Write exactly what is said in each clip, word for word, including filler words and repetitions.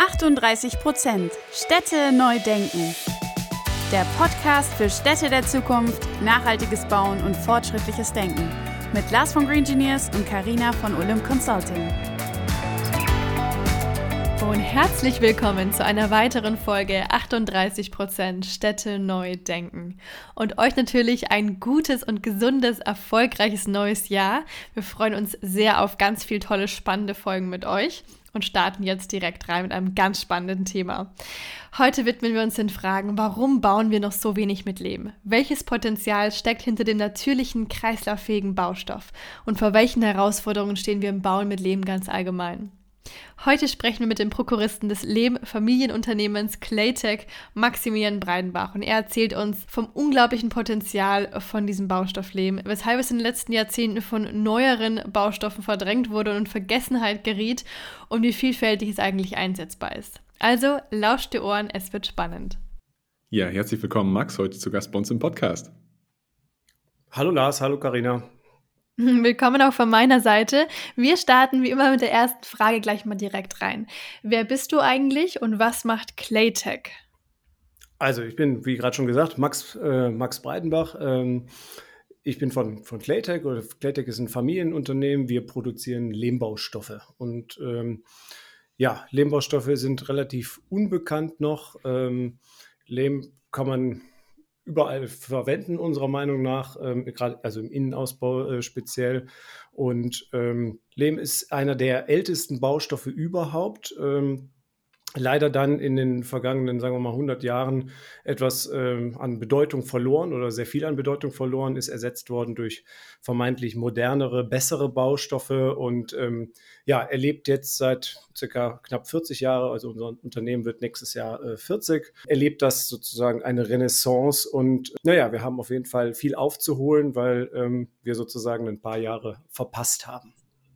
achtunddreißig Prozent Städte neu denken. Der Podcast für Städte der Zukunft, nachhaltiges Bauen und fortschrittliches Denken. Mit Lars von Green Engineers und Carina von Olymp Consulting. Und herzlich willkommen zu einer weiteren Folge achtunddreißig Prozent Städte neu denken. Und euch natürlich ein gutes und gesundes, erfolgreiches neues Jahr. Wir freuen uns sehr auf ganz viel tolle, spannende Folgen mit euch und starten jetzt direkt rein mit einem ganz spannenden Thema. Heute widmen wir uns den Fragen, warum bauen wir noch so wenig mit Lehm? Welches Potenzial steckt hinter dem natürlichen, kreislauffähigen Baustoff? Und vor welchen Herausforderungen stehen wir im Bauen mit Lehm ganz allgemein? Heute sprechen wir mit dem Prokuristen des Lehm-Familienunternehmens Claytech, Maximilian Breidenbach. Und er erzählt uns vom unglaublichen Potenzial von diesem Baustoff Lehm, weshalb es in den letzten Jahrzehnten von neueren Baustoffen verdrängt wurde und in Vergessenheit geriet und wie vielfältig es eigentlich einsetzbar ist. Also lauscht die Ohren, es wird spannend. Ja, herzlich willkommen Max, heute zu Gast bei uns im Podcast. Hallo Lars, hallo Carina. Willkommen auch von meiner Seite. Wir starten wie immer mit der ersten Frage gleich mal direkt rein. Wer bist du eigentlich und was macht Claytech? Also ich bin, wie gerade schon gesagt, Max, äh, Max Breidenbach. Ähm, ich bin von, von Claytech. Oder Claytech ist ein Familienunternehmen. Wir produzieren Lehmbaustoffe. Und ähm, ja, Lehmbaustoffe sind relativ unbekannt noch. Ähm, Lehm kann man überall verwenden, unserer Meinung nach, ähm, gerade also im Innenausbau äh, speziell. Und ähm, Lehm ist einer der ältesten Baustoffe überhaupt. Ähm, leider dann in den vergangenen, sagen wir mal, hundert Jahren etwas ähm, an Bedeutung verloren oder sehr viel an Bedeutung verloren, ist ersetzt worden durch vermeintlich modernere, bessere Baustoffe und ähm, ja, er lebt jetzt seit circa knapp vierzig Jahren, also unser Unternehmen wird nächstes Jahr äh, vierzig, erlebt das sozusagen eine Renaissance und naja, wir haben auf jeden Fall viel aufzuholen, weil ähm, wir sozusagen ein paar Jahre verpasst haben.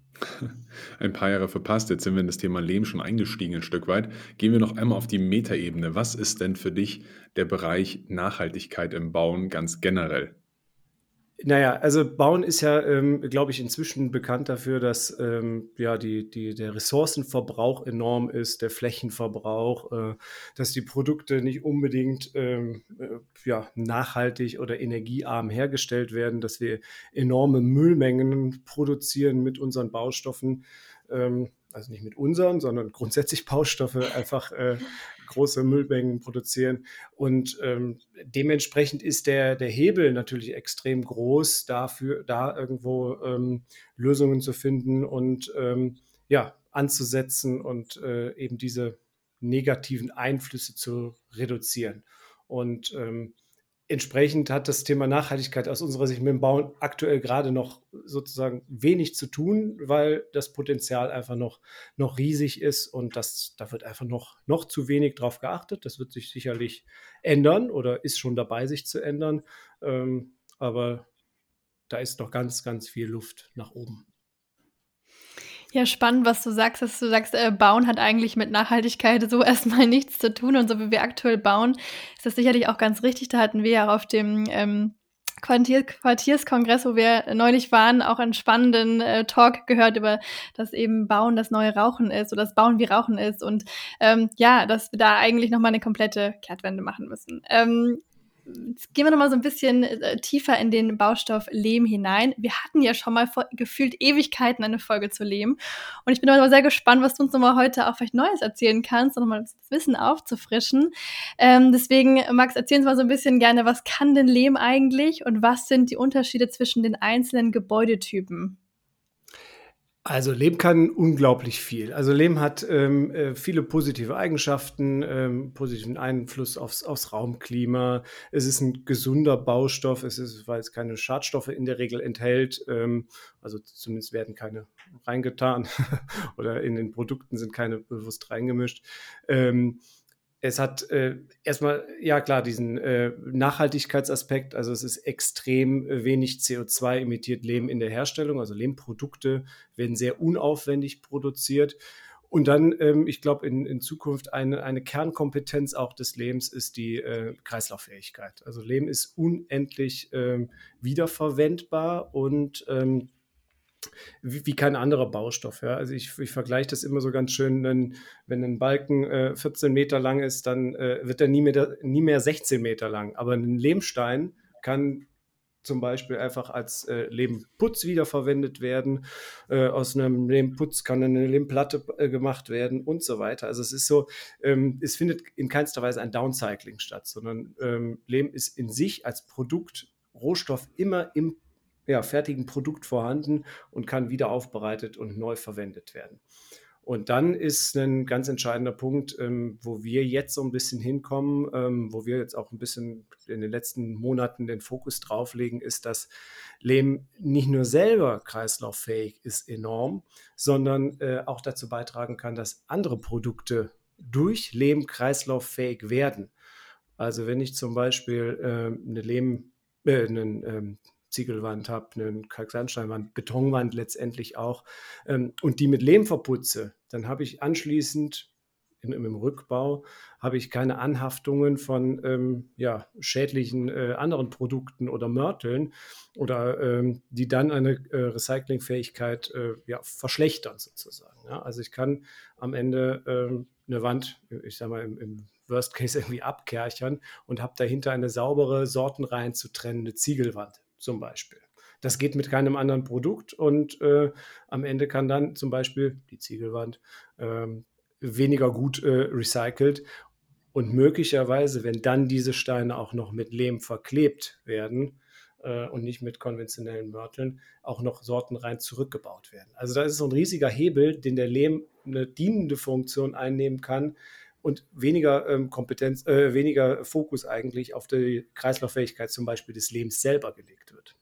Ein paar Jahre verpasst, jetzt sind wir in das Thema Lehm schon eingestiegen ein Stück weit. Gehen wir noch einmal auf die Metaebene. Was ist denn für dich der Bereich Nachhaltigkeit im Bauen ganz generell? Naja, also Bauen ist ja, ähm, glaube ich, inzwischen bekannt dafür, dass ähm, ja, die, die, der Ressourcenverbrauch enorm ist, der Flächenverbrauch, äh, dass die Produkte nicht unbedingt ähm, äh, ja, nachhaltig oder energiearm hergestellt werden, dass wir enorme Müllmengen produzieren mit unseren Baustoffen. Ähm, also nicht mit unseren, sondern grundsätzlich Baustoffe einfach äh, große Müllmengen produzieren. Und ähm, dementsprechend ist der, der Hebel natürlich extrem groß, dafür, da irgendwo ähm, Lösungen zu finden und ähm, ja, anzusetzen und äh, eben diese negativen Einflüsse zu reduzieren. Und ähm, entsprechend hat das Thema Nachhaltigkeit aus unserer Sicht mit dem Bauen aktuell gerade noch sozusagen wenig zu tun, weil das Potenzial einfach noch, noch riesig ist und das, da wird einfach noch, noch zu wenig drauf geachtet. Das wird sich sicherlich ändern oder ist schon dabei, sich zu ändern. Ähm, aber da ist noch ganz, ganz viel Luft nach oben. Ja, spannend, was du sagst, dass du sagst, äh, Bauen hat eigentlich mit Nachhaltigkeit so erstmal nichts zu tun und so wie wir aktuell bauen, ist das sicherlich auch ganz richtig. Da hatten wir ja auf dem ähm, Quartier Quartierskongress, wo wir neulich waren, auch einen spannenden äh, Talk gehört über, dass eben Bauen das neue Rauchen ist oder das Bauen wie Rauchen ist und ähm, ja, dass wir da eigentlich nochmal eine komplette Kehrtwende machen müssen. Ähm, Jetzt gehen wir nochmal so ein bisschen äh, tiefer in den Baustoff Lehm hinein. Wir hatten ja schon mal vor gefühlt Ewigkeiten eine Folge zu Lehm. Und ich bin aber sehr gespannt, was du uns nochmal heute auch vielleicht Neues erzählen kannst, um nochmal das Wissen aufzufrischen. Ähm, deswegen, Max, erzähl uns mal so ein bisschen gerne, was kann denn Lehm eigentlich und was sind die Unterschiede zwischen den einzelnen Gebäudetypen? Also Lehm kann unglaublich viel. Also Lehm hat ähm, äh, viele positive Eigenschaften, ähm, positiven Einfluss aufs, aufs Raumklima. Es ist ein gesunder Baustoff, es ist, weil es keine Schadstoffe in der Regel enthält. Ähm, also zumindest werden keine reingetan oder in den Produkten sind keine bewusst reingemischt. Ähm, Es hat äh, erstmal, ja klar, diesen äh, Nachhaltigkeitsaspekt, also es ist extrem äh, wenig C O zwei emittiert Lehm in der Herstellung, also Lehmprodukte werden sehr unaufwendig produziert. Und dann, ähm, ich glaube, in, in Zukunft eine, eine Kernkompetenz auch des Lehms ist die äh, Kreislauffähigkeit. Also Lehm ist unendlich ähm, wiederverwendbar und ähm, wie, wie kein anderer Baustoff. Ja? Also ich, ich vergleiche das immer so ganz schön, wenn, wenn ein Balken äh, vierzehn Meter lang ist, dann äh, wird er nie mehr, nie mehr sechzehn Meter lang. Aber ein Lehmstein kann zum Beispiel einfach als äh, Lehmputz wiederverwendet werden. Äh, aus einem Lehmputz kann eine Lehmplatte äh, gemacht werden und so weiter. Also es ist so, ähm, es findet in keinster Weise ein Downcycling statt, sondern ähm, Lehm ist in sich als Produkt, Rohstoff immer im ja, fertigen Produkt vorhanden und kann wieder aufbereitet und neu verwendet werden. Und dann ist ein ganz entscheidender Punkt, ähm, wo wir jetzt so ein bisschen hinkommen, ähm, wo wir jetzt auch ein bisschen in den letzten Monaten den Fokus drauflegen, ist, dass Lehm nicht nur selber kreislauffähig ist enorm, sondern äh, auch dazu beitragen kann, dass andere Produkte durch Lehm kreislauffähig werden. Also wenn ich zum Beispiel äh, eine Lehm, äh, einen ähm, Ziegelwand habe, eine Kalksandsteinwand, Betonwand letztendlich auch, ähm, und die mit Lehm verputze, dann habe ich anschließend im, im Rückbau habe ich keine Anhaftungen von ähm, ja, schädlichen äh, anderen Produkten oder Mörteln oder ähm, die dann eine äh, Recyclingfähigkeit äh, ja, verschlechtern sozusagen. Ja? Also ich kann am Ende ähm, eine Wand, ich sage mal im, im Worst Case irgendwie abkerchern und habe dahinter eine saubere, sortenrein zu trennende Ziegelwand zum Beispiel. Das geht mit keinem anderen Produkt und äh, am Ende kann dann zum Beispiel die Ziegelwand ähm, weniger gut äh, recycelt und möglicherweise, wenn dann diese Steine auch noch mit Lehm verklebt werden äh, und nicht mit konventionellen Mörteln, auch noch sortenrein zurückgebaut werden. Also da ist so ein riesiger Hebel, den der Lehm eine dienende Funktion einnehmen kann, und weniger ähm, Kompetenz, äh, weniger Fokus eigentlich auf die Kreislauffähigkeit zum Beispiel des Lehms selber gelegt wird.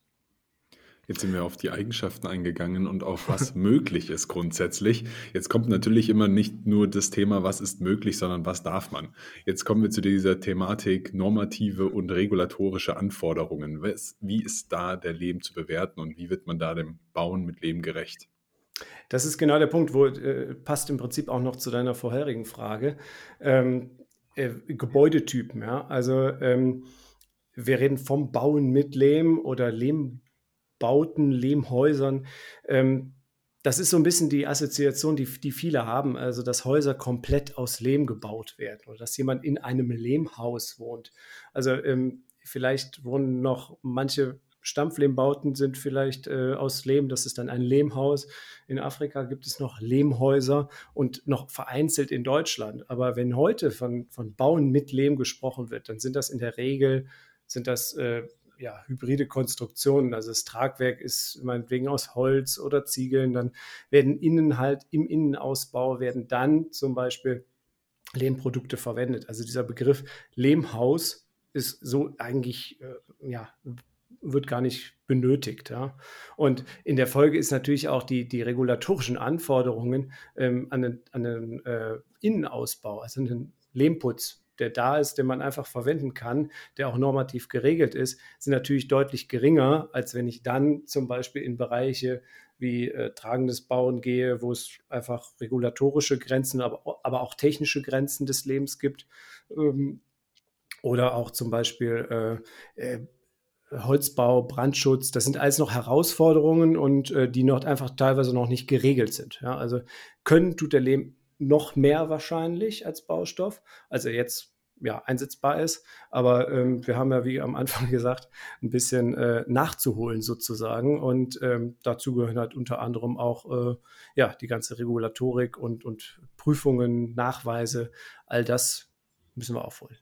Jetzt sind wir auf die Eigenschaften eingegangen und auf was möglich ist grundsätzlich. Jetzt kommt natürlich immer nicht nur das Thema, was ist möglich, sondern was darf man. Jetzt kommen wir zu dieser Thematik normative und regulatorische Anforderungen. Wie ist da der Lehm zu bewerten und wie wird man da dem Bauen mit Lehm gerecht? Das ist genau der Punkt, wo äh, passt im Prinzip auch noch zu deiner vorherigen Frage. Ähm, äh, Gebäudetypen, ja. Also ähm, wir reden vom Bauen mit Lehm oder Lehmbauten, Lehmhäusern. Ähm, das ist so ein bisschen die Assoziation, die, die viele haben, also dass Häuser komplett aus Lehm gebaut werden oder dass jemand in einem Lehmhaus wohnt. Also ähm, vielleicht wohnen noch manche Stampflehmbauten sind vielleicht äh, aus Lehm, das ist dann ein Lehmhaus. In Afrika gibt es noch Lehmhäuser und noch vereinzelt in Deutschland. Aber wenn heute von, von Bauen mit Lehm gesprochen wird, dann sind das in der Regel, sind das äh, ja, hybride Konstruktionen. Also das Tragwerk ist meinetwegen aus Holz oder Ziegeln. Dann werden innen halt im Innenausbau werden dann zum Beispiel Lehmprodukte verwendet. Also dieser Begriff Lehmhaus ist so eigentlich, äh, ja, wird gar nicht benötigt. Ja. Und in der Folge ist natürlich auch die, die regulatorischen Anforderungen ähm, an den, an den äh, Innenausbau, also an den Lehmputz, der da ist, den man einfach verwenden kann, der auch normativ geregelt ist, sind natürlich deutlich geringer, als wenn ich dann zum Beispiel in Bereiche wie äh, tragendes Bauen gehe, wo es einfach regulatorische Grenzen, aber, aber auch technische Grenzen des Lehms gibt. Ähm, oder auch zum Beispiel äh, äh, Holzbau, Brandschutz, das sind alles noch Herausforderungen und äh, die noch einfach teilweise noch nicht geregelt sind. Ja, also können tut der Lehm noch mehr wahrscheinlich als Baustoff, als er jetzt ja, einsetzbar ist. Aber ähm, wir haben ja, wie am Anfang gesagt, ein bisschen äh, nachzuholen sozusagen. Und ähm, dazu gehören halt unter anderem auch äh, ja, die ganze Regulatorik und, und Prüfungen, Nachweise, all das müssen wir aufholen.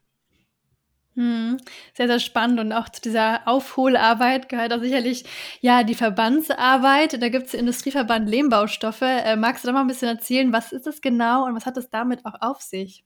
Hm, sehr, sehr spannend und auch zu dieser Aufholarbeit gehört auch sicherlich ja die Verbandsarbeit. Da gibt es den Industrieverband Lehmbaustoffe. Äh, magst du da mal ein bisschen erzählen, was ist das genau und was hat es damit auch auf sich?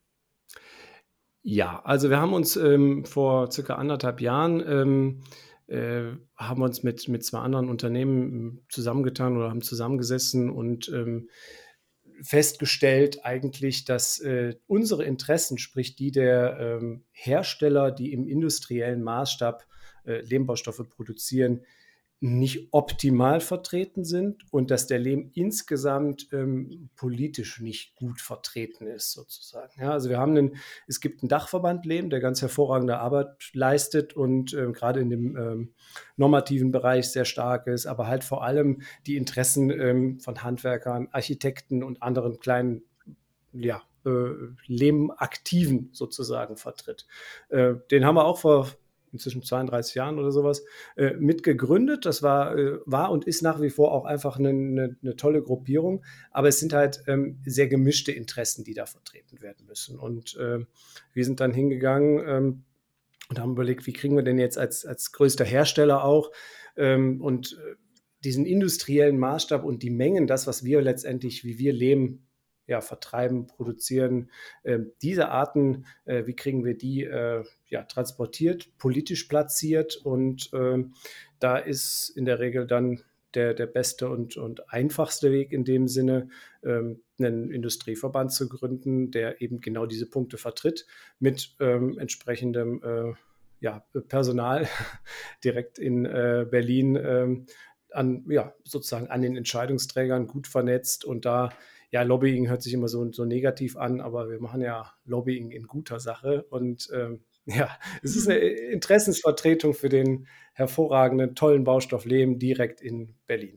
Ja, also wir haben uns ähm, vor circa anderthalb Jahren ähm, äh, haben uns mit, mit zwei anderen Unternehmen zusammengetan oder haben zusammengesessen und ähm, festgestellt eigentlich, dass äh, unsere Interessen, sprich die der ähm, Hersteller, die im industriellen Maßstab äh, Lehmbaustoffe produzieren, nicht optimal vertreten sind und dass der Lehm insgesamt ähm, politisch nicht gut vertreten ist, sozusagen. Ja, also wir haben einen, es gibt einen Dachverband Lehm, der ganz hervorragende Arbeit leistet und ähm, gerade in dem ähm, normativen Bereich sehr stark ist, aber halt vor allem die Interessen ähm, von Handwerkern, Architekten und anderen kleinen, ja, äh, Lehmaktiven sozusagen vertritt. Äh, den haben wir auch vor inzwischen zweiunddreißig Jahren oder sowas, äh, mitgegründet. Das war, äh, war und ist nach wie vor auch einfach eine, eine, eine tolle Gruppierung. Aber es sind halt ähm, sehr gemischte Interessen, die da vertreten werden müssen. Und äh, wir sind dann hingegangen ähm, und haben überlegt, wie kriegen wir denn jetzt als, als größter Hersteller auch ähm, und äh, diesen industriellen Maßstab und die Mengen, das, was wir letztendlich, wie wir Lehm ja, vertreiben, produzieren, äh, diese Arten, äh, wie kriegen wir die äh, ja, transportiert, politisch platziert und äh, da ist in der Regel dann der, der beste und, und einfachste Weg in dem Sinne, ähm, einen Industrieverband zu gründen, der eben genau diese Punkte vertritt mit ähm, entsprechendem äh, ja, Personal direkt in äh, Berlin ähm, an, ja, sozusagen an den Entscheidungsträgern gut vernetzt und da ja, Lobbying hört sich immer so, so negativ an, aber wir machen ja Lobbying in guter Sache und ähm, ja, es ist eine Interessensvertretung für den hervorragenden, tollen Baustoff Lehm direkt in Berlin.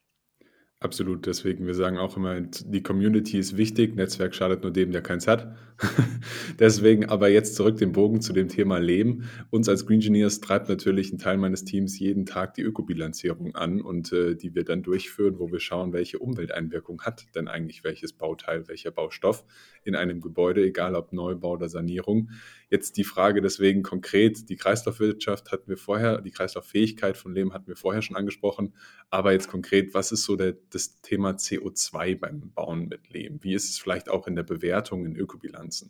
Absolut, deswegen, wir sagen auch immer, die Community ist wichtig, Netzwerk schadet nur dem, der keins hat. Deswegen aber jetzt zurück den Bogen zu dem Thema Lehm. Uns als Green Engineers treibt natürlich ein Teil meines Teams jeden Tag die Ökobilanzierung an und äh, die wir dann durchführen, wo wir schauen, welche Umwelteinwirkung hat denn eigentlich welches Bauteil, welcher Baustoff in einem Gebäude, egal ob Neubau oder Sanierung. Jetzt die Frage deswegen konkret, die Kreislaufwirtschaft hatten wir vorher, die Kreislauffähigkeit von Lehm hatten wir vorher schon angesprochen, aber jetzt konkret, was ist so der, das Thema C O zwei beim Bauen mit Lehm? Wie ist es vielleicht auch in der Bewertung in Ökobilanzen?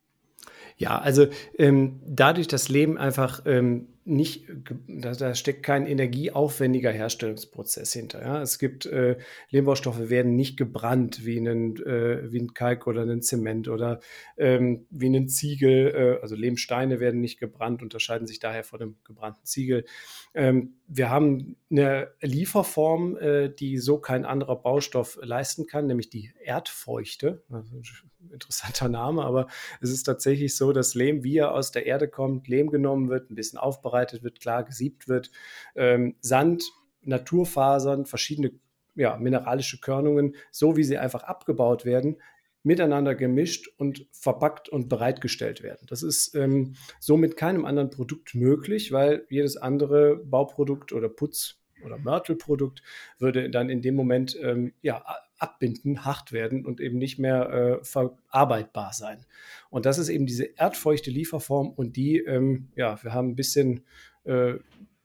Ja, also ähm, dadurch, dass Lehm einfach ähm, nicht, da, da steckt kein energieaufwendiger Herstellungsprozess hinter. Ja? Es gibt, äh, Lehmbaustoffe werden nicht gebrannt wie ein, äh, wie ein Kalk oder ein Zement oder ähm, wie ein Ziegel. Äh, also Lehmsteine werden nicht gebrannt, unterscheiden sich daher von dem gebrannten Ziegel. Ähm, wir haben eine Lieferform, äh, die so kein anderer Baustoff leisten kann, nämlich die Erdfeuchte. Also ein interessanter Name, aber es ist tatsächlich so, dass Lehm, wie er aus der Erde kommt, Lehm genommen wird, ein bisschen aufbereitet wird, klar gesiebt wird, ähm, Sand, Naturfasern, verschiedene ja, mineralische Körnungen, so wie sie einfach abgebaut werden, miteinander gemischt und verpackt und bereitgestellt werden. Das ist ähm, so mit keinem anderen Produkt möglich, weil jedes andere Bauprodukt oder Putz- oder Mörtelprodukt würde dann in dem Moment ähm, ja, abbinden, hart werden und eben nicht mehr äh, verarbeitbar sein. Und das ist eben diese erdfeuchte Lieferform und die, ähm, ja, wir haben ein bisschen äh,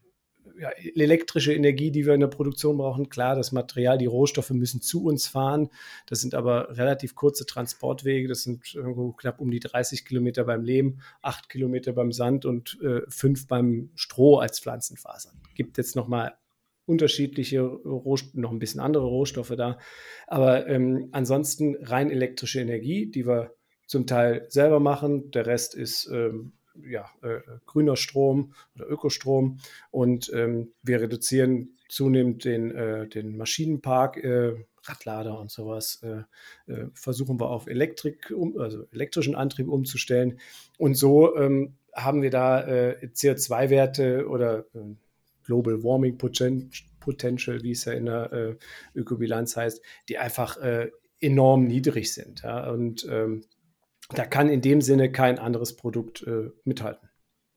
ja, elektrische Energie, die wir in der Produktion brauchen. Klar, das Material, die Rohstoffe müssen zu uns fahren. Das sind aber relativ kurze Transportwege. Das sind irgendwo knapp um die dreißig Kilometer beim Lehm, acht Kilometer beim Sand und äh, fünf beim Stroh als Pflanzenfasern. Gibt jetzt nochmal unterschiedliche Rohstoffe, noch ein bisschen andere Rohstoffe da. Aber ähm, ansonsten rein elektrische Energie, die wir zum Teil selber machen. Der Rest ist ähm, ja, äh, grüner Strom oder Ökostrom. Und ähm, wir reduzieren zunehmend den, äh, den Maschinenpark, äh, Radlader und sowas, äh, äh, versuchen wir auf Elektrik, um, also elektrischen Antrieb umzustellen. Und so ähm, haben wir da äh, C O zwei Werte oder äh, Global Warming Potential, wie es ja in der äh, Ökobilanz heißt, die einfach äh, enorm niedrig sind. Ja? Und ähm, da kann in dem Sinne kein anderes Produkt äh, mithalten.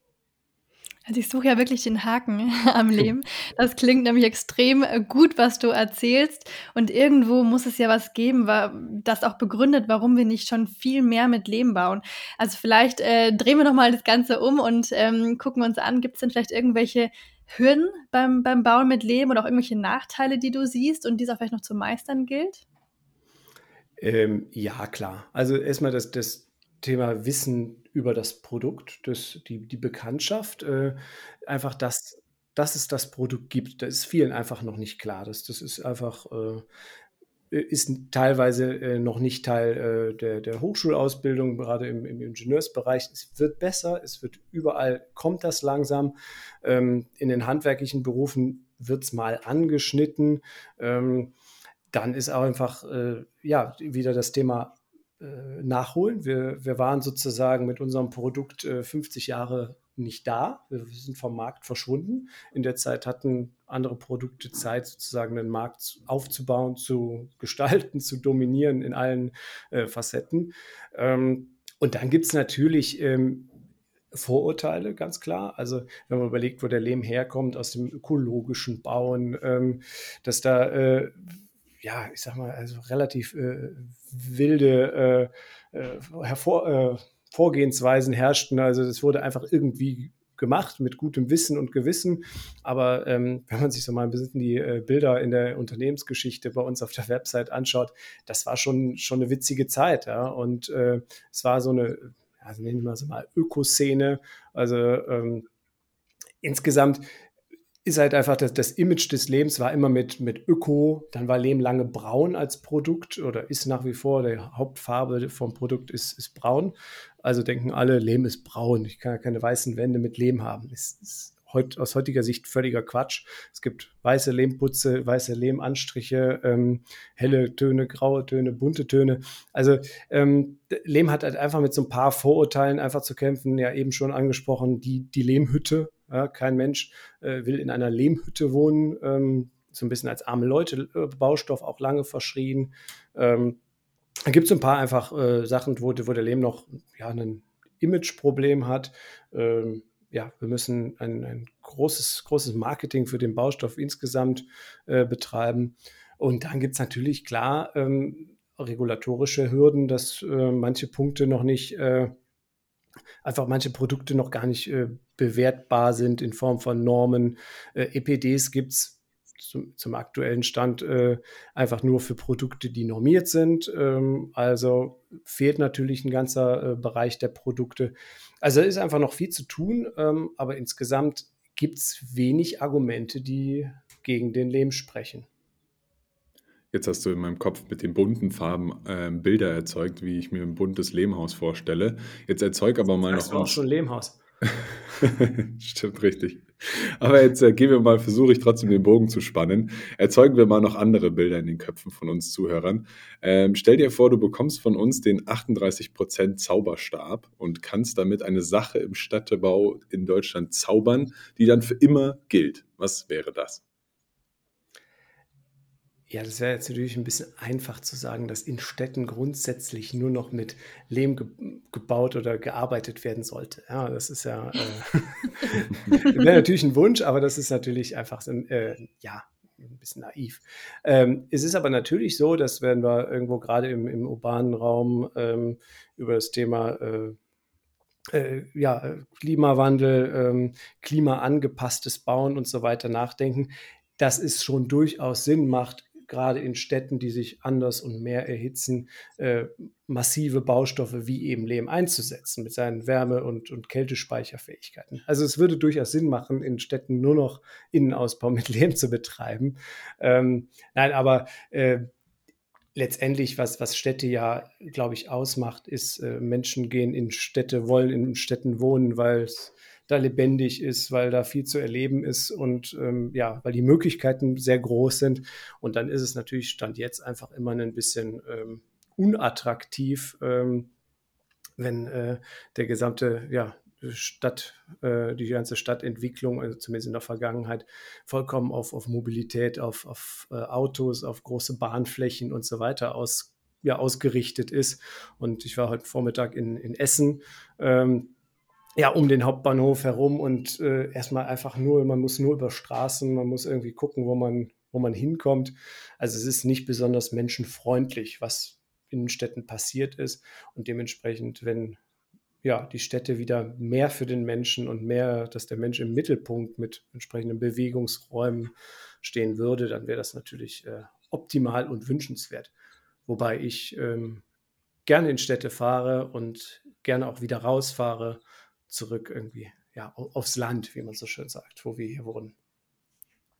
Also ich suche ja wirklich den Haken am Lehm. Das klingt nämlich extrem gut, was du erzählst. Und irgendwo muss es ja was geben, das auch begründet, warum wir nicht schon viel mehr mit Lehm bauen. Also vielleicht äh, drehen wir nochmal das Ganze um und ähm, gucken uns an, gibt es denn vielleicht irgendwelche Hürden beim, beim Bauen mit Lehm oder auch irgendwelche Nachteile, die du siehst und die es auch vielleicht noch zu meistern gilt? Ähm, ja, klar. Also erstmal das, das Thema Wissen über das Produkt, das, die, die Bekanntschaft, äh, einfach, dass, dass es das Produkt gibt. Das ist vielen einfach noch nicht klar. Das, das ist einfach, äh, ist teilweise äh, noch nicht Teil äh, der, der Hochschulausbildung, gerade im, im Ingenieursbereich. Es wird besser, es wird überall, kommt das langsam. Ähm, in den handwerklichen Berufen wird es mal angeschnitten. Ähm, dann ist auch einfach äh, ja, wieder das Thema äh, Nachholen. Wir, wir waren sozusagen mit unserem Produkt äh, fünfzig Jahre nicht da. Wir sind vom Markt verschwunden. In der Zeit hatten andere Produkte Zeit, sozusagen den Markt aufzubauen, zu gestalten, zu dominieren in allen äh, Facetten. Ähm, und dann gibt es natürlich ähm, Vorurteile, ganz klar. Also wenn man überlegt, wo der Lehm herkommt, aus dem ökologischen Bauen, ähm, dass da, äh, ja, ich sag mal, also relativ äh, wilde äh, äh, hervor, äh, Vorgehensweisen herrschten. Also das wurde einfach irgendwie gemacht mit gutem Wissen und Gewissen. Aber ähm, wenn man sich so mal ein bisschen die äh, Bilder in der Unternehmensgeschichte bei uns auf der Website anschaut, das war schon, schon eine witzige Zeit. Ja? Und äh, es war so eine, also nennen wir es mal Ökoszene. Also ähm, insgesamt ist halt einfach das, das Image des Lehms war immer mit, mit Öko, dann war Lehm lange braun als Produkt oder ist nach wie vor, die Hauptfarbe vom Produkt ist, ist braun. Also denken alle, Lehm ist braun, ich kann ja keine weißen Wände mit Lehm haben. Das ist heut, aus heutiger Sicht völliger Quatsch. Es gibt weiße Lehmputze, weiße Lehmanstriche, ähm, helle Töne, graue Töne, bunte Töne. Also ähm, Lehm hat halt einfach mit so ein paar Vorurteilen einfach zu kämpfen, ja eben schon angesprochen, die, die Lehmhütte. Ja, kein Mensch äh, will in einer Lehmhütte wohnen, ähm, so ein bisschen als arme Leute, äh, Baustoff auch lange verschrien. Ähm, da gibt es ein paar einfach äh, Sachen, wo, wo der Lehm noch ja, ein Imageproblem hat. Ähm, ja, wir müssen ein, ein großes, großes Marketing für den Baustoff insgesamt äh, betreiben. Und dann gibt es natürlich klar ähm, regulatorische Hürden, dass äh, manche Punkte noch nicht äh, einfach manche Produkte noch gar nicht äh, bewertbar sind in Form von Normen. Äh, E P Ds gibt es zum, zum aktuellen Stand äh, einfach nur für Produkte, die normiert sind. Ähm, also fehlt natürlich ein ganzer äh, Bereich der Produkte. Also ist einfach noch viel zu tun, ähm, aber insgesamt gibt es wenig Argumente, die gegen den Lehm sprechen. Jetzt hast du in meinem Kopf mit den bunten Farben ähm, Bilder erzeugt, wie ich mir ein buntes Lehmhaus vorstelle. Jetzt erzeug aber mal Sagst noch du auch uns. schon Lehmhaus? Stimmt, richtig. Aber jetzt äh, gehen wir mal, versuche ich trotzdem den Bogen zu spannen. Erzeugen wir mal noch andere Bilder in den Köpfen von uns Zuhörern. Ähm, stell dir vor, du bekommst von uns den achtunddreißig Prozent Zauberstab und kannst damit eine Sache im Städtebau in Deutschland zaubern, die dann für immer gilt. Was wäre das? Ja, das wäre jetzt natürlich ein bisschen einfach zu sagen, dass in Städten grundsätzlich nur noch mit Lehm ge gebaut oder gearbeitet werden sollte. Ja, das ist ja äh, wäre natürlich ein Wunsch, aber das ist natürlich einfach so ein, äh, ja, ein bisschen naiv. Ähm, es ist aber natürlich so, dass wenn wir irgendwo gerade im, im urbanen Raum ähm, über das Thema äh, äh, ja, Klimawandel, ähm, klimaangepasstes Bauen und so weiter nachdenken, dass es schon durchaus Sinn macht, gerade in Städten, die sich anders und mehr erhitzen, äh, massive Baustoffe wie eben Lehm einzusetzen mit seinen Wärme- und, und Kältespeicherfähigkeiten. Also es würde durchaus Sinn machen, in Städten nur noch Innenausbau mit Lehm zu betreiben. Ähm, nein, aber äh, letztendlich, was, was Städte ja, glaube ich, ausmacht, ist, äh, Menschen gehen in Städte, wollen in Städten wohnen, weil es da lebendig ist, weil da viel zu erleben ist und ähm, ja, weil die Möglichkeiten sehr groß sind. Und dann ist es natürlich Stand jetzt einfach immer ein bisschen ähm, unattraktiv, ähm, wenn äh, der gesamte, ja, Stadt, äh, die ganze Stadtentwicklung, also zumindest in der Vergangenheit, vollkommen auf, auf Mobilität, auf, auf äh, Autos, auf große Bahnflächen und so weiter aus, ja, ausgerichtet ist. Und ich war heute Vormittag in, in Essen, ähm, ja, um den Hauptbahnhof herum und äh, erstmal einfach nur, man muss nur über Straßen, man muss irgendwie gucken, wo man, wo man hinkommt. Also es ist nicht besonders menschenfreundlich, was in Städten passiert ist. Und dementsprechend, wenn ja, die Städte wieder mehr für den Menschen und mehr, dass der Mensch im Mittelpunkt mit entsprechenden Bewegungsräumen stehen würde, dann wäre das natürlich äh, optimal und wünschenswert. Wobei ich ähm, gerne in Städte fahre und gerne auch wieder rausfahre, zurück irgendwie, ja, aufs Land, wie man so schön sagt, wo wir hier wohnen.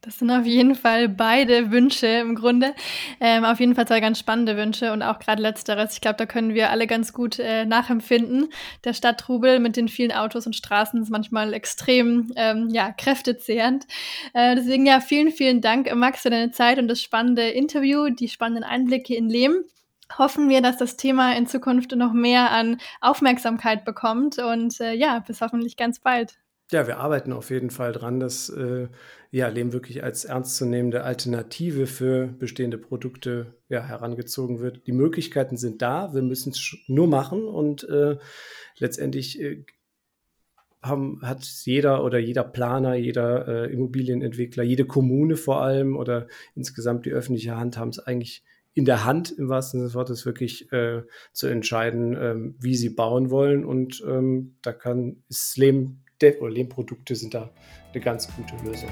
Das sind auf jeden Fall beide Wünsche im Grunde. Ähm, auf jeden Fall zwei ganz spannende Wünsche und auch gerade letzteres. Ich glaube, da können wir alle ganz gut äh, nachempfinden. Der Stadttrubel mit den vielen Autos und Straßen ist manchmal extrem ähm, ja, kräftezehrend. Äh, deswegen ja, vielen, vielen Dank, Max, für deine Zeit und das spannende Interview, die spannenden Einblicke in Lehm. Hoffen wir, dass das Thema in Zukunft noch mehr an Aufmerksamkeit bekommt und äh, ja, bis hoffentlich ganz bald. Ja, wir arbeiten auf jeden Fall dran, dass äh, ja, Lehm wirklich als ernstzunehmende Alternative für bestehende Produkte ja, herangezogen wird. Die Möglichkeiten sind da, wir müssen es nur machen und äh, letztendlich äh, haben, hat jeder oder jeder Planer, jeder äh, Immobilienentwickler, jede Kommune vor allem oder insgesamt die öffentliche Hand haben es eigentlich in der Hand, im wahrsten Sinne des Wortes, wirklich äh, zu entscheiden, ähm, wie sie bauen wollen. Und ähm, da kann ist Lehm oder Lehmprodukte sind da eine ganz gute Lösung.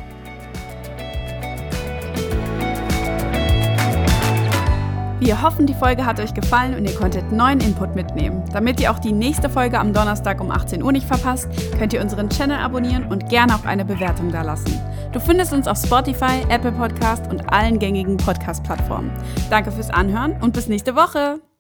Wir hoffen, die Folge hat euch gefallen und ihr konntet neuen Input mitnehmen. Damit ihr auch die nächste Folge am Donnerstag um achtzehn Uhr nicht verpasst, könnt ihr unseren Channel abonnieren und gerne auch eine Bewertung dalassen. Du findest uns auf Spotify, Apple Podcast und allen gängigen Podcast-Plattformen. Danke fürs Anhören und bis nächste Woche!